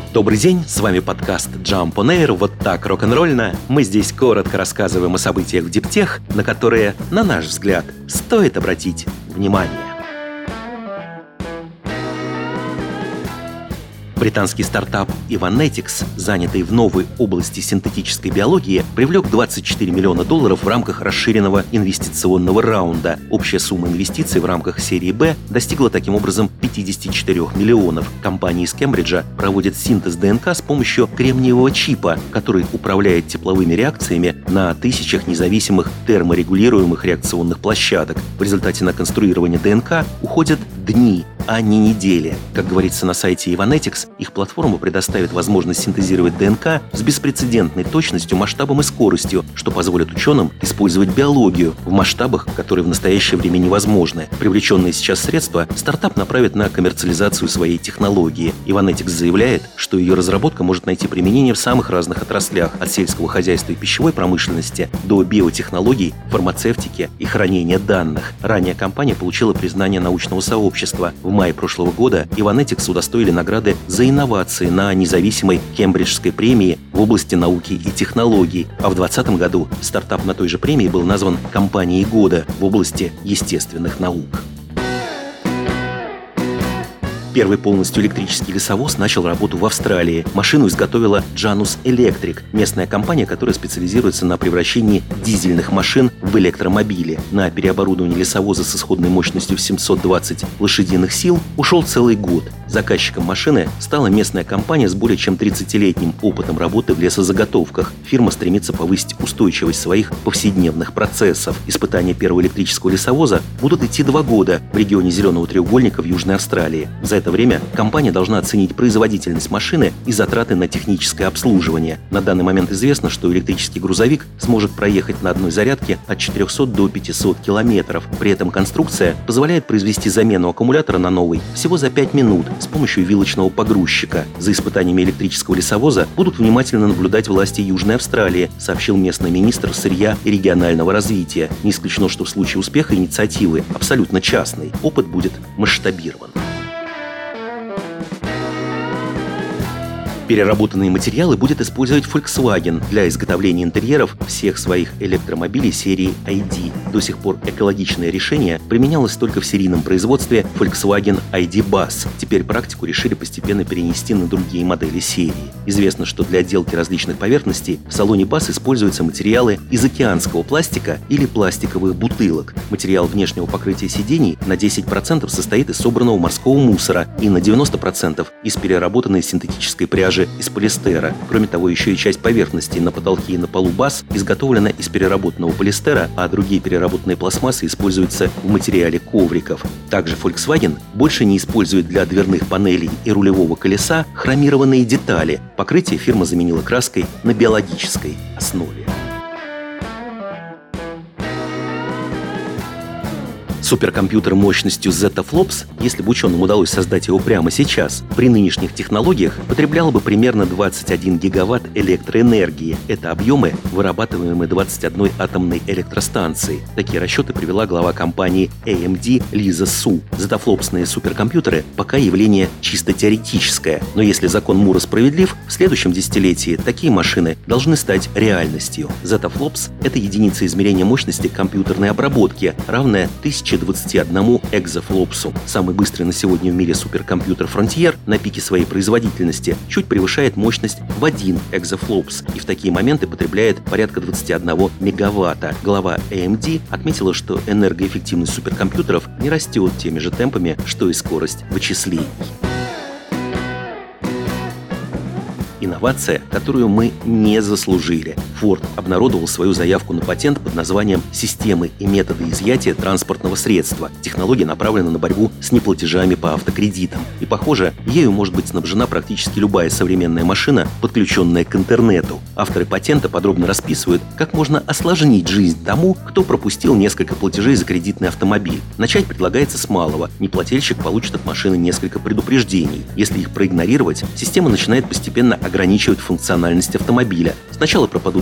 Добрый день, с вами подкаст Jump on Air, вот так рок-н-ролльно. Мы здесь коротко рассказываем о событиях в диптех, на которые, на наш взгляд, стоит обратить внимание. Британский стартап Ivanetics, занятый в новой области синтетической биологии, привлек $24 миллиона в рамках расширенного инвестиционного раунда. Общая сумма инвестиций в рамках серии «Б» достигла таким образом 54 миллионов. Компания из Кембриджа проводит синтез ДНК с помощью кремниевого чипа, который управляет тепловыми реакциями на тысячах независимых терморегулируемых реакционных площадок. В результате на конструирование ДНК уходят дни, а не недели. Как говорится на сайте Ivanetics, их платформа предоставит возможность синтезировать ДНК с беспрецедентной точностью, масштабом и скоростью, что позволит ученым использовать биологию в масштабах, которые в настоящее время невозможны. Привлеченные сейчас средства стартап направит на коммерциализацию своей технологии. Ivanetics заявляет, что ее разработка может найти применение в самых разных отраслях, от сельского хозяйства и пищевой промышленности до биотехнологий, фармацевтики и хранения данных. Ранее компания получила признание научного сообщества. В мае прошлого года Ivanetics удостоили награды за инновации на независимой Кембриджской премии в области науки и технологий, а в 2020 году стартап на той же премии был назван компанией года в области естественных наук. Первый полностью электрический лесовоз начал работу в Австралии. Машину изготовила Janus Electric, местная компания, которая специализируется на превращении дизельных машин в электромобили. На переоборудование лесовоза с исходной мощностью в 720 лошадиных сил ушел целый год. Заказчиком машины стала местная компания с более чем 30-летним опытом работы в лесозаготовках. Фирма стремится повысить устойчивость своих повседневных процессов. Испытания первого электрического лесовоза будут идти 2 года в регионе Зеленого треугольника в Южной Австралии. За это время компания должна оценить производительность машины и затраты на техническое обслуживание. На данный момент известно, что электрический грузовик сможет проехать на одной зарядке от 400 до 500 километров. При этом конструкция позволяет произвести замену аккумулятора на новый всего за 5 минут с помощью вилочного погрузчика. За испытаниями электрического лесовоза будут внимательно наблюдать власти Южной Австралии, сообщил местный министр сырья и регионального развития. Не исключено, что в случае успеха инициативы абсолютно частной, опыт будет масштабирован. Переработанные материалы будет использовать Volkswagen для изготовления интерьеров всех своих электромобилей серии ID. До сих пор экологичное решение применялось только в серийном производстве Volkswagen ID Buzz. Теперь практику решили постепенно перенести на другие модели серии. Известно, что для отделки различных поверхностей в салоне Buzz используются материалы из океанского пластика или пластиковых бутылок. Материал внешнего покрытия сидений на 10% состоит из собранного морского мусора и на 90% из переработанной синтетической пряжи из полиэстера. Кроме того, еще и часть поверхности на потолке и на полу баз изготовлена из переработанного полиэстера, а другие переработанные пластмассы используются в материале ковриков. Также Volkswagen больше не использует для дверных панелей и рулевого колеса хромированные детали. Покрытие фирма заменила краской на биологической основе. Суперкомпьютер мощностью зеттафлопс, если бы ученым удалось создать его прямо сейчас, при нынешних технологиях потреблял бы примерно 21 гигаватт электроэнергии. Это объемы, вырабатываемые 21 атомной электростанцией. Такие расчеты привела глава компании AMD Лиза Су. Зеттафлопсные суперкомпьютеры пока явление чисто теоретическое, но если закон Мура справедлив, в следующем десятилетии такие машины должны стать реальностью. Зеттафлопс — это единица измерения мощности компьютерной обработки, равная 1021 экзофлопсу. Самый быстрый на сегодня в мире суперкомпьютер Frontier на пике своей производительности чуть превышает мощность в 1 экзофлопс и в такие моменты потребляет порядка 21 мегаватта. Глава AMD отметила, что энергоэффективность суперкомпьютеров не растет теми же темпами, что и скорость вычислений. Инновация, которую мы не заслужили. Ford обнародовал свою заявку на патент под названием «Системы и методы изъятия транспортного средства». Технология направлена на борьбу с неплатежами по автокредитам. И, похоже, ею может быть снабжена практически любая современная машина, подключенная к интернету. Авторы патента подробно расписывают, как можно осложнить жизнь тому, кто пропустил несколько платежей за кредитный автомобиль. Начать предлагается с малого. Неплательщик получит от машины несколько предупреждений. Если их проигнорировать, система начинает постепенно ограничивать функциональность автомобиля. Сначала пропадут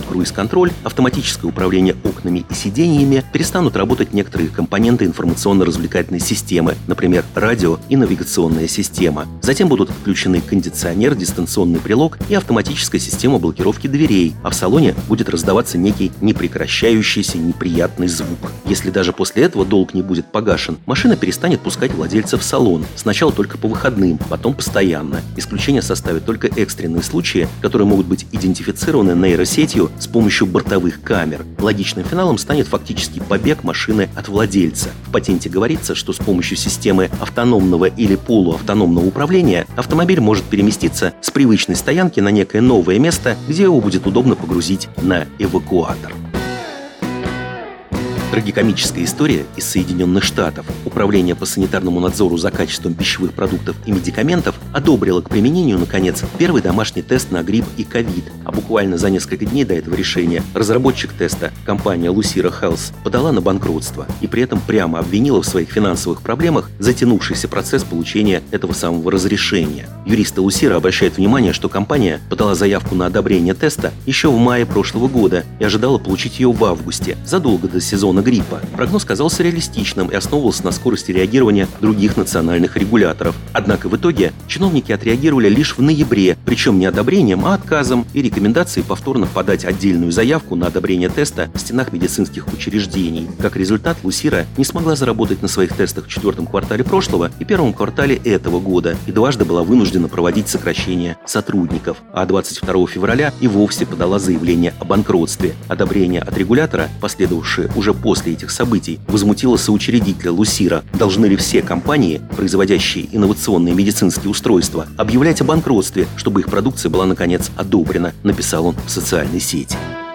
круиз-контроль, автоматическое управление окнами и сиденьями, перестанут работать некоторые компоненты информационно-развлекательной системы, например, радио и навигационная система. Затем будут отключены кондиционер, дистанционный брелок и автоматическая система блокировки дверей, а в салоне будет раздаваться некий непрекращающийся неприятный звук. Если даже после этого долг не будет погашен, машина перестанет пускать владельца в салон. Сначала только по выходным, потом постоянно. Исключение составят только экстренные случаи, которые могут быть идентифицированы нейросетью с помощью бортовых камер. Логичным финалом станет фактически побег машины от владельца. В патенте говорится, что с помощью системы автономного или полуавтономного управления автомобиль может переместиться с привычной стоянки на некое новое место, где его будет удобно погрузить на эвакуатор. Трагикомическая история из Соединенных Штатов. Управление по санитарному надзору за качеством пищевых продуктов и медикаментов одобрило к применению, наконец, первый домашний тест на грипп и ковид. А буквально за несколько дней до этого решения разработчик теста, компания Lucira Health, подала на банкротство и при этом прямо обвинила в своих финансовых проблемах затянувшийся процесс получения этого самого разрешения. Юристы Lucira обращают внимание, что компания подала заявку на одобрение теста еще в мае прошлого года и ожидала получить ее в августе, задолго до сезона гриппа. Прогноз казался реалистичным и основывался на скорости реагирования других национальных регуляторов. Однако в итоге чиновники отреагировали лишь в ноябре, причем не одобрением, а отказом и рекомендацией повторно подать отдельную заявку на одобрение теста в стенах медицинских учреждений. Как результат, Lucira не смогла заработать на своих тестах в четвертом квартале прошлого и первом квартале этого года и дважды была вынуждена проводить сокращение сотрудников. А 22 февраля и вовсе подала заявление о банкротстве. Одобрение от регулятора, последовавшее уже после этих событий, возмутило соучредителя Lucira. Должны ли все компании, производящие инновационные медицинские устройства, объявлять о банкротстве, чтобы их продукция была наконец одобрена, написал он в социальной сети.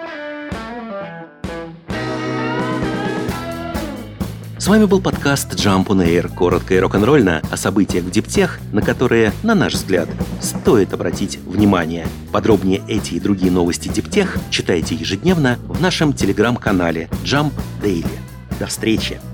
С вами был подкаст Jump on Air, коротко и рок-н-ролльно о событиях в диптех, на которые, на наш взгляд, стоит обратить внимание. Подробнее эти и другие новости диптех читайте ежедневно в нашем телеграм-канале Jump Daily. До встречи!